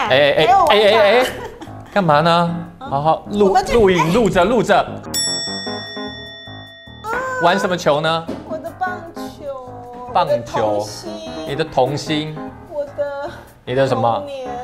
哎，干嘛呢？好好录影录着。玩什么球呢？ 我的棒球。 棒球。你的童心。你的什么？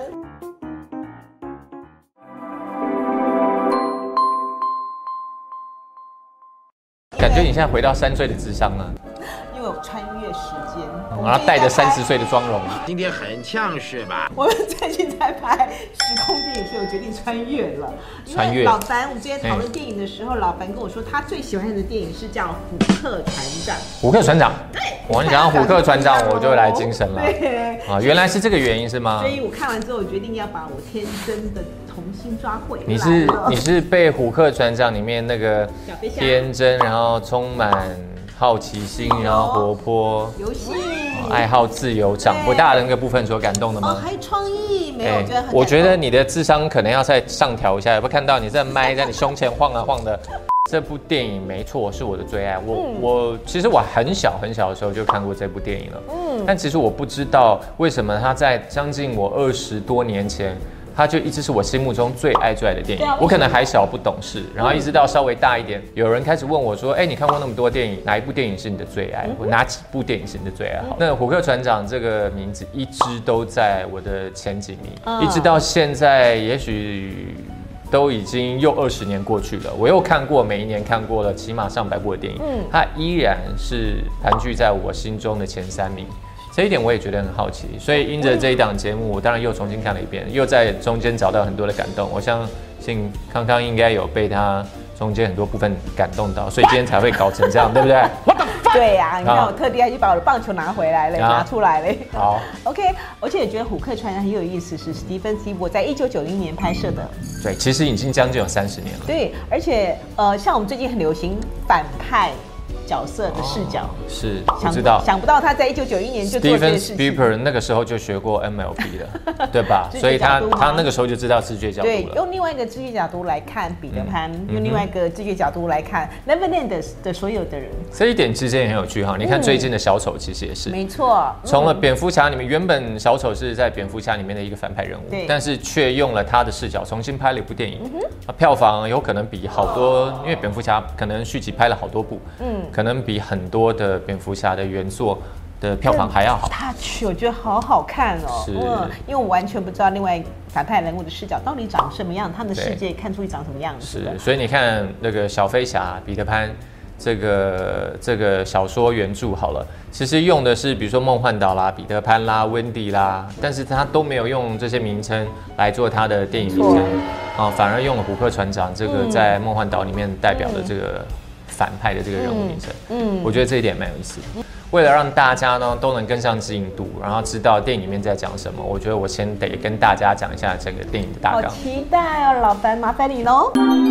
感觉你现在回到3岁的智商了。 因为有穿越时间， 然后带着30岁的妆容。 今天很呛是吧？ 我们最近在拍时空电影，所以我决定穿越了。 穿越。 老樊，我们之前讨论电影的时候，老樊跟我说他最喜欢的电影是叫《虎克船长》。 虎克船长。 对。 我跟你讲虎克船长，我就来精神了。 对。 啊，原来是这个原因是吗？ 所以我看完之后，我决定要把我天真的童心抓回来。 你是被虎克船长里面那个天真，然后充满好奇心，然后活泼、 游戏、 爱好自由、长不大的那个部分所感动的吗？ 还有创意，没有，我觉得很。 我觉得你的智商可能要再上调一下，有没有看到你这麦在你胸前晃啊晃的？这部电影没错，是我的最爱。其实我很小的时候就看过这部电影了。但其实我不知道为什么它在将近我20多年前。它就一直是我心目中最爱的电影。我可能还小不懂事，然后一直到稍微大一点，有人开始问我说：“哎，你看过那么多电影，哪一部电影是你的最爱？或哪几部电影是你的最爱？”好，那虎克船长这个名字一直都在我的前几名，一直到现在，也许都已经又20年过去了。我又看过，每一年看过了起码上百部的电影，它依然是盘踞在我心中的前3名。这一点我也觉得很好奇，所以因着这一档节目，我当然又重新看了一遍，又在中间找到很多的感动。我相信康康应该有被他中间很多部分感动到，所以今天才会搞成这样，对不对？ 对呀，你看我特地还去把我的棒球拿回来了，拿出来了。 好 ，OK， 而且也觉得虎克船长很有意思，是史蒂芬·斯皮伯在1990年拍摄的。 对，其实已经将近有30年了。 对，而且像我们最近很流行反派角色的视角， 是我知道， 想不到他在1991年就做这件事情。 Steven Spielberg 那个时候就学过 MLB 了，对吧？所以他那个时候就知道视觉角度了。 对，用另外一个视觉角度来看彼得潘，用另外一个视觉角度来看 Neverland 的所有的人。 这一点之间也很有趣哈。你看最近的小丑其实也是， 没错， 从了蝙蝠侠里面，原本小丑是在蝙蝠侠里面的一个反派人物，但是却用了他的视角重新拍了一部电影，票房有可能比好多，因为蝙蝠侠可能续集拍了好多部，可能比很多的蝙蝠侠的原作的票房还要好。 我觉得好好看哦。 是， 因为我完全不知道另外反派人物的视角到底长什么样，他们的世界看出去长什么样子。 是，所以你看那个小飞侠、彼得潘这个小说原著好了，其实用的是比如说梦幻岛啦、彼得潘啦、温迪啦，但是他都没有用这些名称来做他的电影名称啊，反而用了虎克船长这个在梦幻岛里面代表的这个反派的这个人物名称，我觉得这一点蛮有意思的。为了让大家呢都能跟上进度，然后知道电影里面在讲什么，我觉得我先得跟大家讲一下整个电影的大纲。 好期待哦，老樊，麻烦你喽。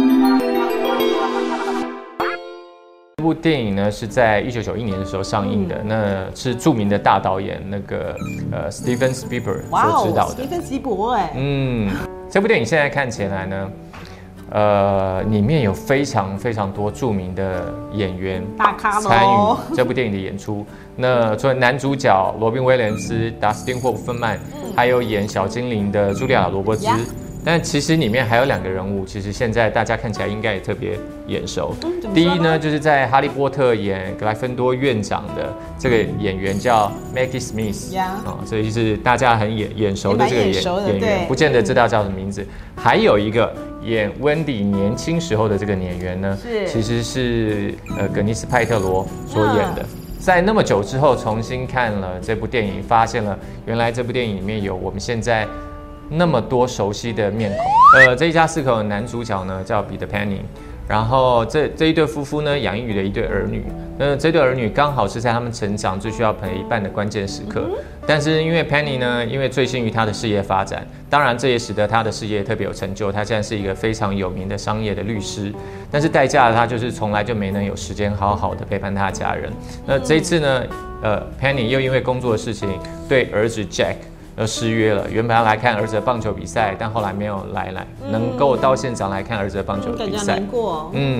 这部电影呢是在1991年的时候上映的，那是著名的大导演那个Steven Spielberg 所指导的。 Steven Spielberg， 这部电影现在看起来呢。里面有非常多著名的演员参与这部电影的演出。那除了男主角罗宾威廉斯、达斯汀霍夫曼，还有演小精灵的茱莉亚罗伯兹。但其实里面还有2个人物，其实现在大家看起来应该也特别眼熟。第一呢，就是在《哈利波特》演格莱芬多院长的这个演员叫 Maggie Smith， 所以是大家很眼熟的这个演员，不见得知道叫什么名字。还有一个演温迪年轻时候的这个演员呢，其实是葛尼斯派特罗所演的。在那么久之后重新看了这部电影，发现了原来这部电影里面有我们现在那么多熟悉的面孔。这一家4口的男主角呢叫彼得潘宁，然后这一对夫妇呢养育了一对儿女。这对儿女刚好是在他们成长最需要陪伴的关键时刻。但是因为 Penny 呢，因为醉心于他的事业发展，当然这也使得他的事业特别有成就。他现在是一个非常有名的商业的律师，但是代价他就是从来就没能有时间好好的陪伴他的家人。那这一次呢，Penny 又因为工作的事情对儿子 Jack失约了。原本要来看儿子的棒球比赛，但后来没有来，能够到现场来看儿子的棒球比赛。 难过。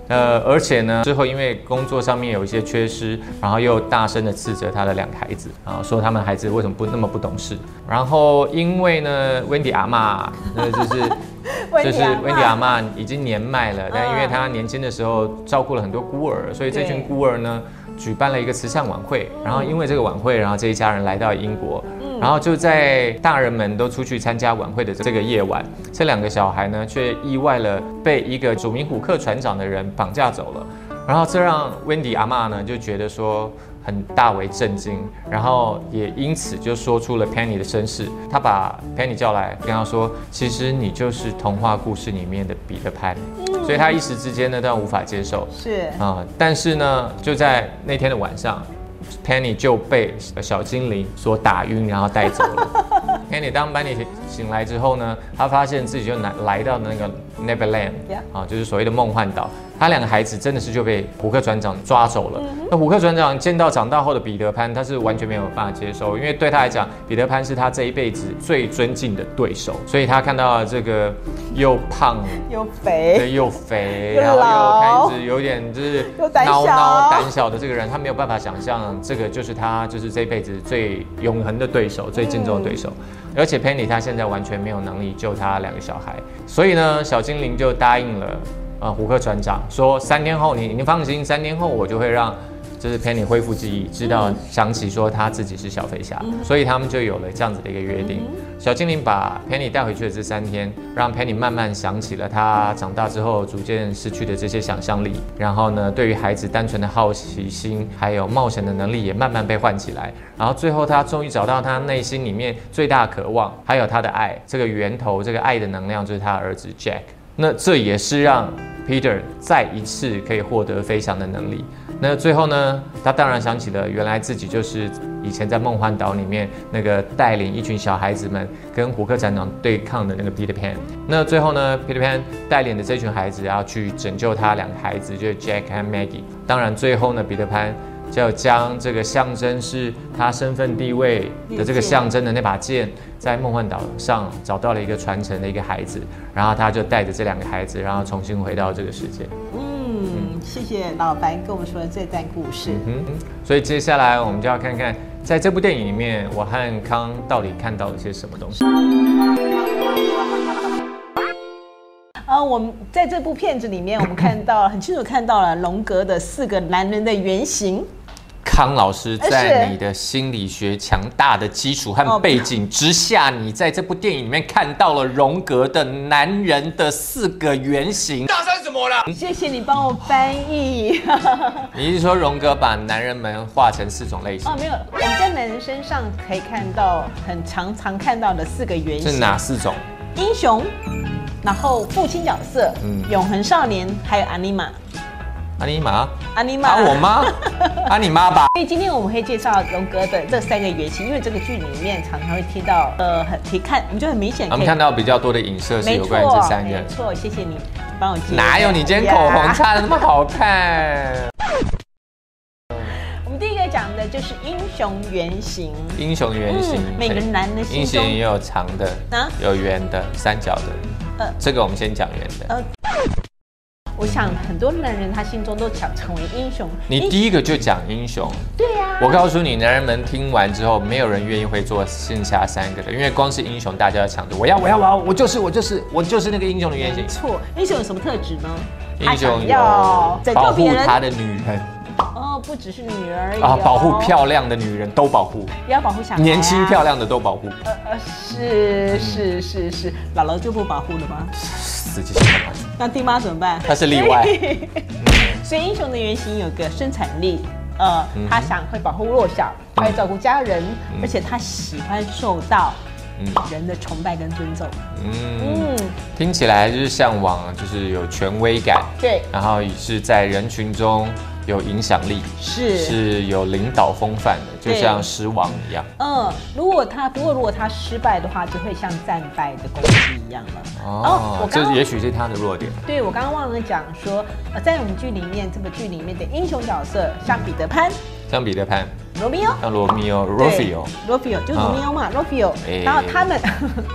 而且呢，之后因为工作上面有一些缺失，然后又大声的斥责他的2个孩子啊，说他们孩子为什么那么不懂事。然后因为呢，温迪阿嬷，就是温迪阿嬷已经年迈了，但因为她年轻的时候照顾了很多孤儿，所以这群孤儿呢举办了一个慈善晚会。然后因为这个晚会，然后这一家人来到英国。然后就在大人们都出去参加晚会的这个夜晚，这2个小孩呢，却意外了被一个署名虎克船长的人绑架走了。然后这让温迪阿嬷呢就觉得说很大为震惊，然后也因此就说出了 Penny 的身世。他把 Penny 叫来，跟他说：“其实你就是童话故事里面的彼得潘。”所以他一时之间呢，当然无法接受。 是但是呢，就在那天的晚上。Penny 就被小精灵所打晕，然后带走了。Penny 当 Penny 醒来之后呢，他发现自己就来到那个 Neverland， 就是所谓的梦幻岛。他2个孩子真的是就被虎克船长抓走了。那虎克船长见到长大后的彼得潘，他是完全没有办法接受，因为对他来讲，彼得潘是他这一辈子最尊敬的对手。所以他看到这个又胖又肥， 又肥，然后又开始有点就是孬胆小的这个人，他没有办法想象这个就是他就是这辈子最永恒的对手，最敬重的对手。而且 Penny 他现在完全没有能力救他2个小孩，所以呢，小精灵就答应了。虎克船长说3天后你放心，3天后我就会让就是 Penny 恢复记忆，知道想起说他自己是小飞侠，所以他们就有了这样子的一个约定。小精灵把 Penny 带回去的这3天，让 Penny 慢慢想起了他长大之后逐渐失去的这些想象力，然后呢，对于孩子单纯的好奇心还有冒险的能力也慢慢被唤起来，然后最后他终于找到他内心里面最大的渴望，还有他的爱，这个源头，这个爱的能量就是他的儿子 Jack。那这也是让 Peter 再一次可以获得飞翔的能力。那最后呢，他当然想起了原来自己就是以前在梦幻岛里面那个带领一群小孩子们跟虎克船长对抗的那个 Peter Pan。那最后呢 ，Peter Pan 带领的这群孩子要去拯救他2个孩子，就是 Jack 和 Maggie。当然最后呢，彼得潘就将这个象征是他身份地位的这个象征的那把剑，在梦幻岛上找到了一个传承的一个孩子，然后他就带着这2个孩子，然后重新回到这个世界。 谢谢老白跟我们说的这段故事。 所以接下来我们就要看看，在这部电影里面，我和康到底看到了些什么东西。 我们在这部片子里面，我们很清楚看到了荣格的4个男人的原型。 康老师在你的心理学强大的基础和背景之下，你在这部电影里面看到了荣格的男人的4个原型。 大声什么了？ 谢谢你帮我翻译。 你是说荣格把男人们划成4种类型？ 没有，我们在男人身上可以看到很常看到的4个原型。 是哪4种？ 英雄，然后父亲角色，永恒少年，还有阿尼玛。 阿尼玛？我妈？你妈吧？ 所以今天我们会介绍荣格的这3个原型，因为这个剧里面常常会提到，我们就很明显可以看到比较多的影射是有关于这3个。 没错，谢谢你帮我接。 哪有你今天口红擦的那么好看？ 我们第一个讲的就是英雄原型。 英雄原型， 每个男的心中， 英雄也有长的，有圆的，三角的。这个我们先讲圆的。 我想很多男人他心中都想成为英雄。 你第一个就讲英雄， 对呀。 我告诉你，男人们听完之后，没有人愿意会做剩下3个的，因为光是英雄，大家要抢着我要，我就是那个英雄的原型。 没错，英雄有什么特质呢？ 英雄要保护他的女人。 不只是女人而已保护漂亮的女人都保护， 也要保护小孩， 年轻漂亮的都保护。 是，姥姥就不保护了吗？ 死记性干嘛？ 那弟妈怎么办？ 他是例外。 所以英雄的原型有个生产力，他会保护弱小，他会照顾家人，而且他喜欢受到人的崇拜跟尊重。 听起来就是向往，就是有权威感， 对， 然后也是在人群中有影响力，是有领导风范的，就像狮王一样。 如果他失败的话，就会像战败的公鸡一样了。 这也许是他的弱点。 对，我刚刚忘了讲说，在我们剧里面，这部剧里面的英雄角色，像彼得潘，罗密欧， 像罗密欧 ，Rufio 就是罗密欧嘛，Rufio。然后他们，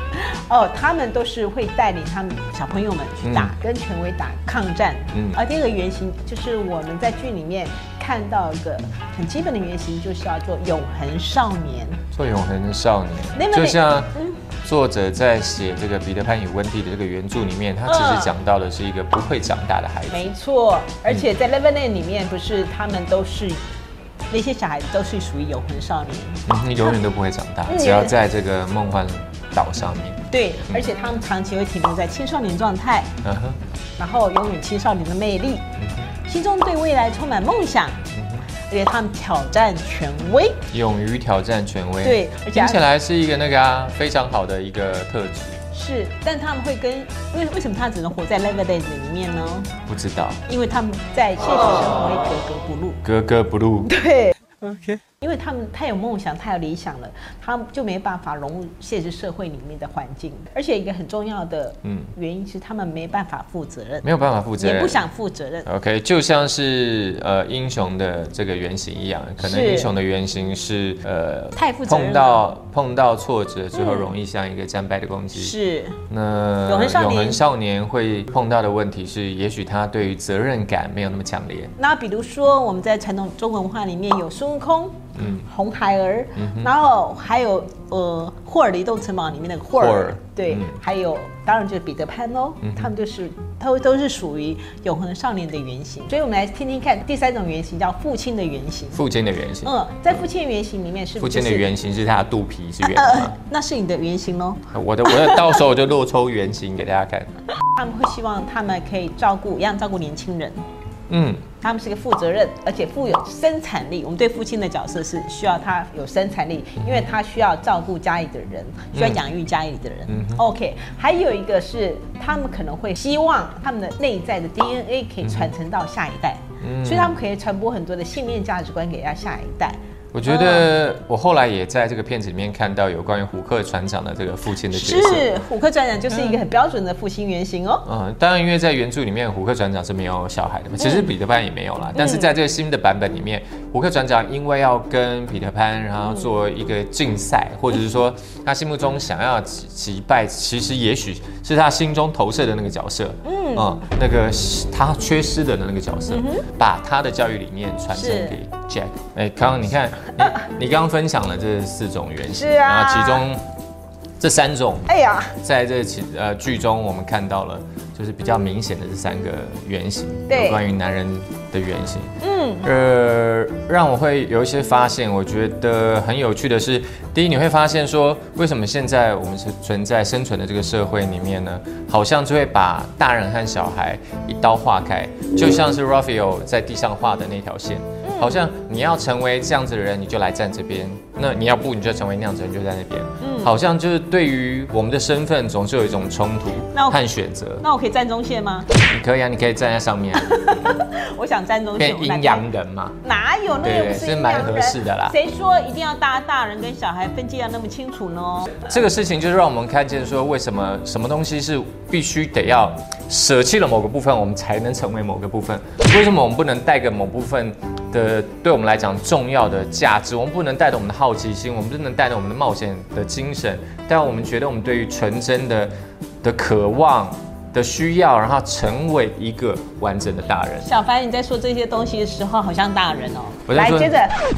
他们都是会带领他们小朋友们去跟权威打抗战。而第二个原型就是我们在剧里面看到一个很基本的原型，就是要做永恒少年。 做永恒少年，就像作者在写这个彼得潘与温蒂的这个原著里面，他其实讲到的是一个不会长大的孩子。 没错，而且在 Neverland 里面，不是他们都是那些小孩子都是属于永恒少年， 永远都不会长大，只要在这个梦幻岛上面。 对，而且他们长期会停留在青少年状态，然后拥有青少年的魅力，心中对未来充满梦想。而且他们挑战权威， 勇于挑战权威。 对，而且听起来是一个非常好的一个特质。 是，但他们会跟为什么他只能活在 Neverland 里面呢？ 不知道， 因为他们在现实生活会格格不入。 格格不入。 对。OK， 因为他们太有梦想，太有理想了，他们就没办法融入现实社会里面的环境。而且一个很重要的原因是他们没办法负责任， 没有办法负责任， 也不想负责任。 OK， 就像是英雄的这个原型一样，可能英雄的原型是太负责任了， 碰到挫折之后容易像一个战败的公鸡。 是。 那永恒少年会碰到的问题是，也许他对于责任感没有那么强烈。 那比如说我们在传统中国文化里面有孙悟空、红孩儿，然后还有霍尔的移动城堡里面的霍尔，对，还有当然就是彼得潘哦，他们都是属于永恒少年的原型。所以我们来听听看第三种原型，叫父亲的原型。 父亲的原型， 在父亲的原型里面是父亲的原型是他的肚皮是圆的吗？ 那是你的原型喽。 我的到时候我就露出原型给大家看。 他们会希望他们可以照顾年轻人。他们是个负责任而且富有生产力。我们对父亲的角色是需要他有生产力，因为他需要照顾家里的人，需要养育家里的人。OK， 还有一个是他们可能会希望他们的内在的 DNA 可以传承到下一代，所以他们可以传播很多的信念价值观给下一代。 我觉得我后来也在这个片子里面看到有关于虎克船长的这个父亲的角色。 是，虎克船长就是一个很标准的父亲原型哦。 当然，因为在原著里面虎克船长是没有小孩的嘛，其实彼得潘也没有啦。但是在这个新的版本里面，虎克船长因为要跟彼得潘然后做一个竞赛，或者是说他心目中想要击败，其实也许是他心中投射的那个角色。那个他缺失的那个角色，把他的教育理念传承给 Jack。刚刚你看。你刚刚分享了这4种原型，然后其中这3种，在这剧中我们看到了，就是比较明显的这3个原型，有关于男人的原型。让我会有一些发现，我觉得很有趣的是，第一，你会发现说，为什么现在我们是生存的这个社会里面呢，好像就会把大人和小孩一刀划开，就像是 Raphael 在地上画的那条线。好像你要成为这样子的人，你就来站这边；那你要不，你就成为那样子的人，就在那边。好像就是对于我们的身份，总是有一种冲突和选择。 那我可以站中线吗？ 你可以啊，你可以站在上面。 我想站中线， 变阴阳人嘛？ 哪有那个不是阴阳人？ 是蛮合适的啦。 谁说一定要大人跟小孩分界要那么清楚呢？ 这个事情就是让我们看见说，为什么什么东西是必须得要舍弃了某个部分，我们才能成为某个部分？为什么我们不能带个某部分的对我们来讲重要的价值？我们不能带着我们的好奇心，我们不能带着我们的冒险的精神，但我们觉得我们对于纯真的渴望的需要，然后成为一个完整的大人。 小凡，你在说这些东西的时候，好像大人哦。来，接着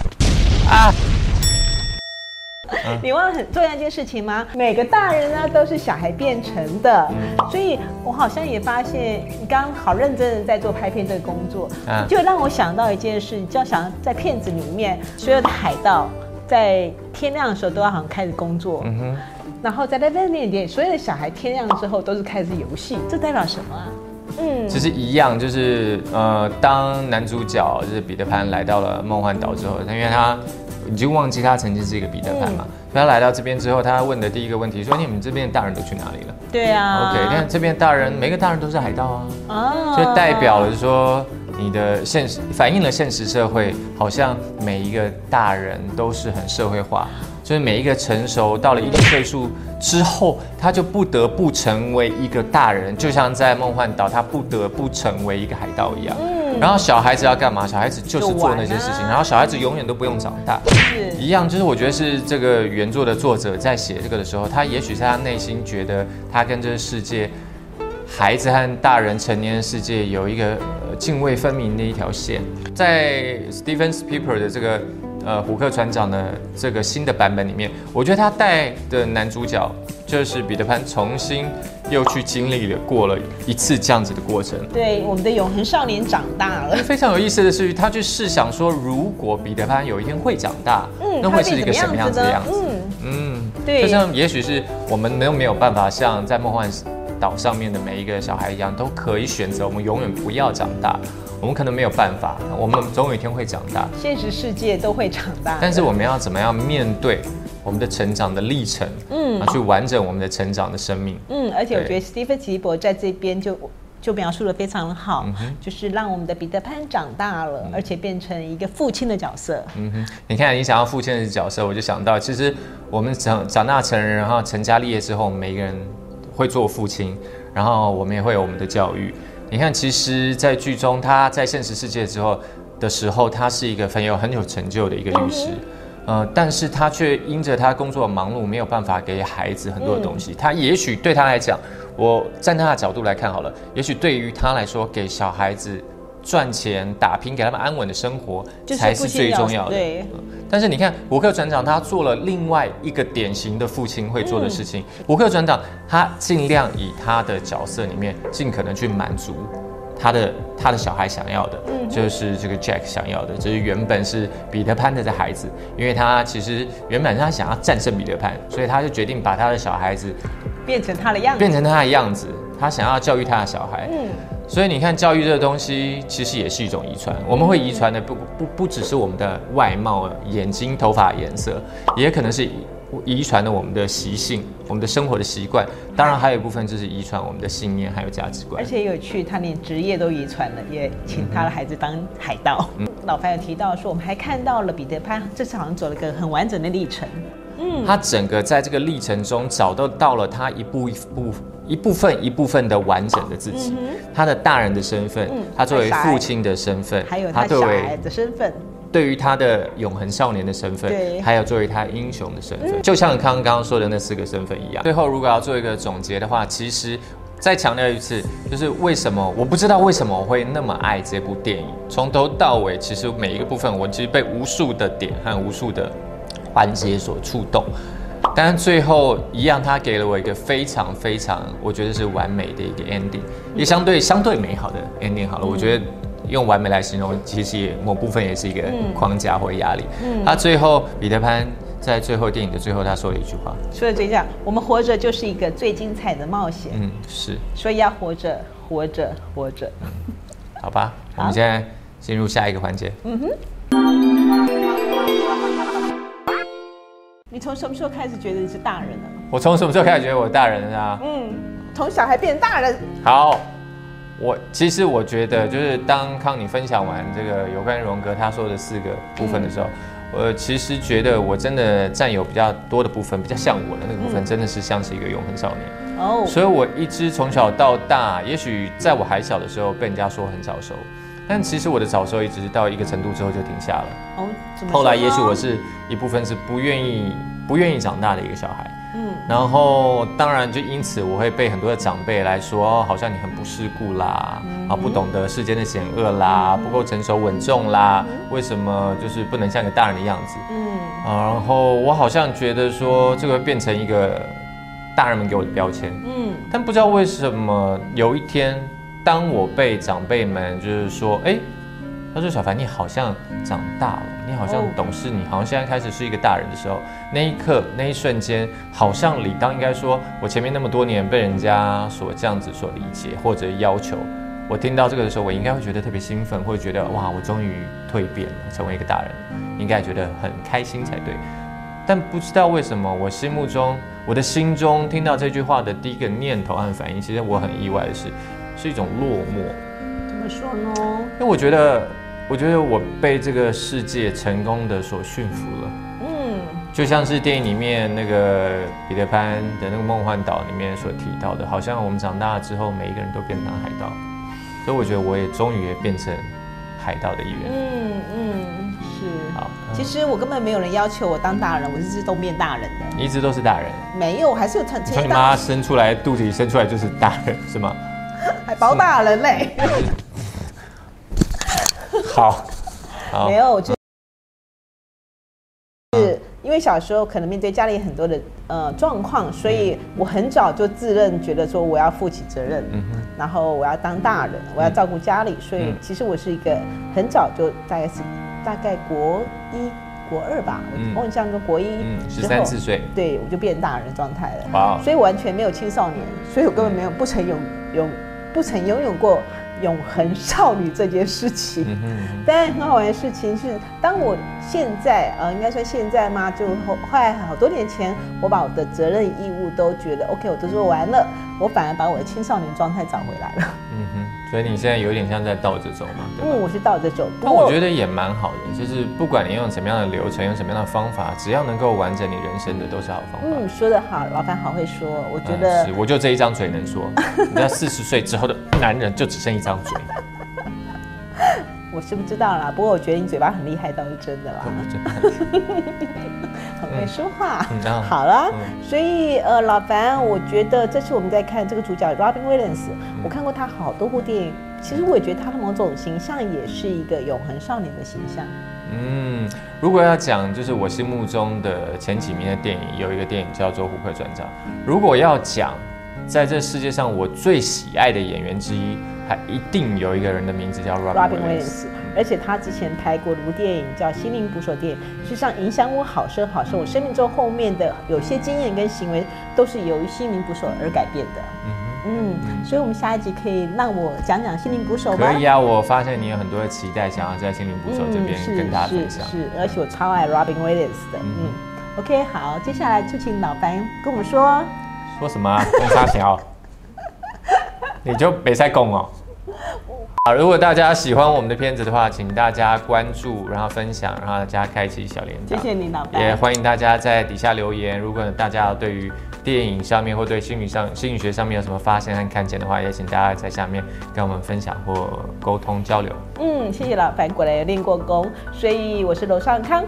你忘了很重要一件事情吗？每个大人呢都是小孩变成的，所以我好像也发现你刚刚好认真的在做拍片这个工作，就让我想到一件事，就要想在片子里面所有的海盗在天亮的时候都要好像开始工作，然后在那边所有的小孩天亮之后都是开始游戏，这代表什么啊？ 其实一样，就是当男主角就是彼得潘来到了梦幻岛之后，因为他已经忘记他曾经是一个彼得潘嘛，所以他来到这边之后，他问的第一个问题说：“你们这边的大人都去哪里了？” 对啊 ，OK， 但这边大人每个大人都是海盗啊，所以代表了说你的反映了现实社会，好像每一个大人都是很社会化。就是每一个成熟到了一定岁数之后，他就不得不成为一个大人，就像在梦幻岛，他不得不成为一个海盗一样。然后小孩子要干嘛？小孩子就是做那些事情，然后小孩子永远都不用长大， 一样，就是我觉得是这个原作的作者在写这个的时候，他也许在他内心觉得他跟这个世界，孩子和大人成年的世界有一个泾渭分明的一条线。在 Steven Spielberg 的这个虎克船长的这个新的版本里面，我觉得他带的男主角就是彼得潘重新又去经历了过了一次这样子的过程。 对，我们的永恒少年长大了。 非常有意思的是，他去试想说，如果彼得潘有一天会长大，那会是一个什么样子的样子？对，就像也许是我们没有办法像在梦幻岛上面的每一个小孩一样，都可以选择我们永远不要长大。我们可能没有办法，我们总有一天会长大。 现实世界都会长大， 但是我们要怎么样面对我们的成长的历程？去完整我们的成长的生命。 而且我觉得史蒂芬·奇伯在这边就描述得非常好，就是让我们的彼得潘长大了，而且变成一个父亲的角色。 你看，你想要父亲的角色，我就想到，其实我们长大成人，然后成家立业之后，每一个人会做父亲，然后我们也会有我们的教育。你看，其实，在剧中，他在现实世界的时候，他是一个很有成就的一个律师，但是他却因着他工作的忙碌，没有办法给孩子很多的东西。他也许对他来讲，我站在他的角度来看好了，也许对于他来说，给小孩子赚钱打拼，给他们安稳的生活才是最重要的。对。但是你看，虎克船长他做了另外一个典型的父亲会做的事情。虎克船长他尽量以他的角色里面，尽可能去满足他的小孩想要的，就是这个 Jack 想要的，就是原本是彼得潘的孩子，因为他其实原本他想要战胜彼得潘，所以他就决定把他的小孩子变成他的样子， 他想要教育他的小孩。所以你看，教育这个东西其实也是一种遗传。我们会遗传的不只是我们的外貌、眼睛、头发颜色，也可能是遗传了我们的习性、我们的生活的习惯。当然，还有一部分就是遗传我们的信念还有价值观。 而且有趣，他连职业都遗传了，也请他的孩子当海盗。老樊有提到说，我们还看到了彼得潘这次好像走了一个很完整的历程。 他整个在这个历程中找到了他一部分的完整的自己，他的大人的身份，他作为父亲的身份， 还有他小孩的身份， 对于他的永恒少年的身份，还有作为他英雄的身份，就像刚刚说的那4个身份一样。最后如果要做一个总结的话，其实再强调一次，就是为什么我不知道为什么我会那么爱这部电影，从头到尾，其实每一个部分我其实被无数的点和无数的环节所触动，但是最后一样，他给了我一个非常非常，我觉得是完美的一个 ending， 也相对美好的 ending 好了。我觉得用完美来形容，其实也某部分也是一个框架或压力。他最后彼得潘在最后电影的最后，他说了一句话， 说的最像，我们活着就是一个最精彩的冒险。 是， 所以要活着，活着，活着。 好吧，我们现在进入下一个环节。 你从什么时候开始觉得你是大人了？ 我从什么时候开始觉得我大人了啊？ 从小孩变大人。 好，其实我觉得，就是当康你分享完这个有关荣格他说的4个部分的时候，我其实觉得我真的占有比较多的部分，比较像我的那个部分，真的是像是一个永恒少年。所以我一直从小到大，也许在我还小的时候被人家说很早熟，但其实我的早熟一直到一个程度之后就停下了。后来也许我是一部分是不愿意长大的一个小孩。然后当然就因此我会被很多的长辈来说，好像你很不世故啦，不懂得世间的险恶啦，不够成熟稳重啦，为什么就是不能像个大人的样子？然后我好像觉得说这个会变成一个大人们给我的标签。但不知道为什么有一天，当我被长辈们就是说，他说小樊你好像长大了，你好像懂事，你好像现在开始是一个大人的时候，那一刻那一瞬间，好像理当应该说，我前面那么多年被人家所这样子所理解或者要求，我听到这个的时候，我应该会觉得特别兴奋，会觉得哇，我终于蜕变了，成为一个大人，应该觉得很开心才对。但不知道为什么，我的心中听到这句话的第一个念头和反应，其实我很意外的是一种落寞。 怎么说呢？ 因为我觉得我被这个世界成功的所驯服了。就像是电影里面那个彼得潘的那个梦幻岛里面所提到的，好像我们长大了之后，每一个人都变成海盗，所以我觉得我也终于也变成海盗的一员。 好， 其实我根本没有人要求我当大人，我是都变大人的。 你一直都是大人？ 没有，还是有曾经。 从你妈生出来，肚子里生出来就是大人是吗？ 还包大人嘞。 好， 没有，就是因为小时候可能面对家里很多的状况，所以我很早就自认觉得说我要负起责任，然后我要当大人，我要照顾家里，所以其实我是一个很早就大概国1、国2吧，我印象中国1 13、14岁， 对，我就变大人状态了。 哇， 所以我完全没有青少年，所以我根本没有不曾拥有过永恒少女这件事情。但很好玩的事情是，当我现在应该说现在嘛，就后来好多年前，我把我的责任义务都觉得 OK， 我都做完了，我反而把我的青少年状态找回来了。 所以你现在有点像在倒着走嘛？对吧？ 我是倒着走。 但我觉得也蛮好的，就是不管你用什么样的流程，用什么样的方法，只要能够完整你人生的，都是好方法。 说得好，老樊好会说。我觉得是，我就这一张嘴能说。你知道40岁之后的男人就只剩一张嘴。 我是不知道啦，不过我觉得你嘴巴很厉害，倒是真的啦。很会说话。好啦，所以老樊，我觉得这次我们在看这个主角 Robin Williams，我看过他好多部电影，其实我也觉得他的某种形象也是一个永恒少年的形象。 如果要讲就是我心目中的前几名的电影，有一个电影叫做《胡克船长》。如果要讲在这世界上我最喜爱的演员之一，他一定有一个人的名字叫 Robin Williams， 而且他之前拍过的一部电影叫《心灵捕手》电影，实际上影响我好深好深。我生命中后面的有些经验跟行为都是由于心灵捕手而改变的。所以我们下一集可以让我讲讲心灵捕手吗？ 可以啊，我发现你有很多的期待，想要在心灵捕手这边跟大家分享。 是，而且我超爱 Robin Williams 的。OK， 好，接下来就请老樊跟我们说什么啊？公沙小，你就别再讲哦。好，如果大家喜欢我们的片子的话，请大家关注，然后分享，然后大家开启小铃铛。 谢谢你，老樊。 也欢迎大家在底下留言。如果大家对于电影上面或对心理学上面有什么发现和看见的话，也请大家在下面跟我们分享或沟通交流。 谢谢老樊，果然有练过功，所以我是楼上康，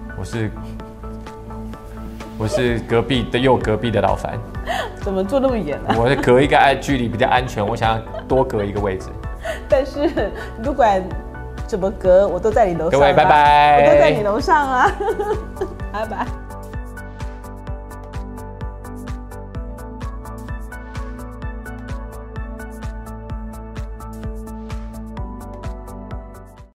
我是隔壁的又隔壁的老樊。 怎么坐那么远呢？ 我隔一个距离比较安全，我想要多隔一个位置。 但是不管怎么隔，我都在你楼上。 各位拜拜， 我都在你楼上啊，拜拜。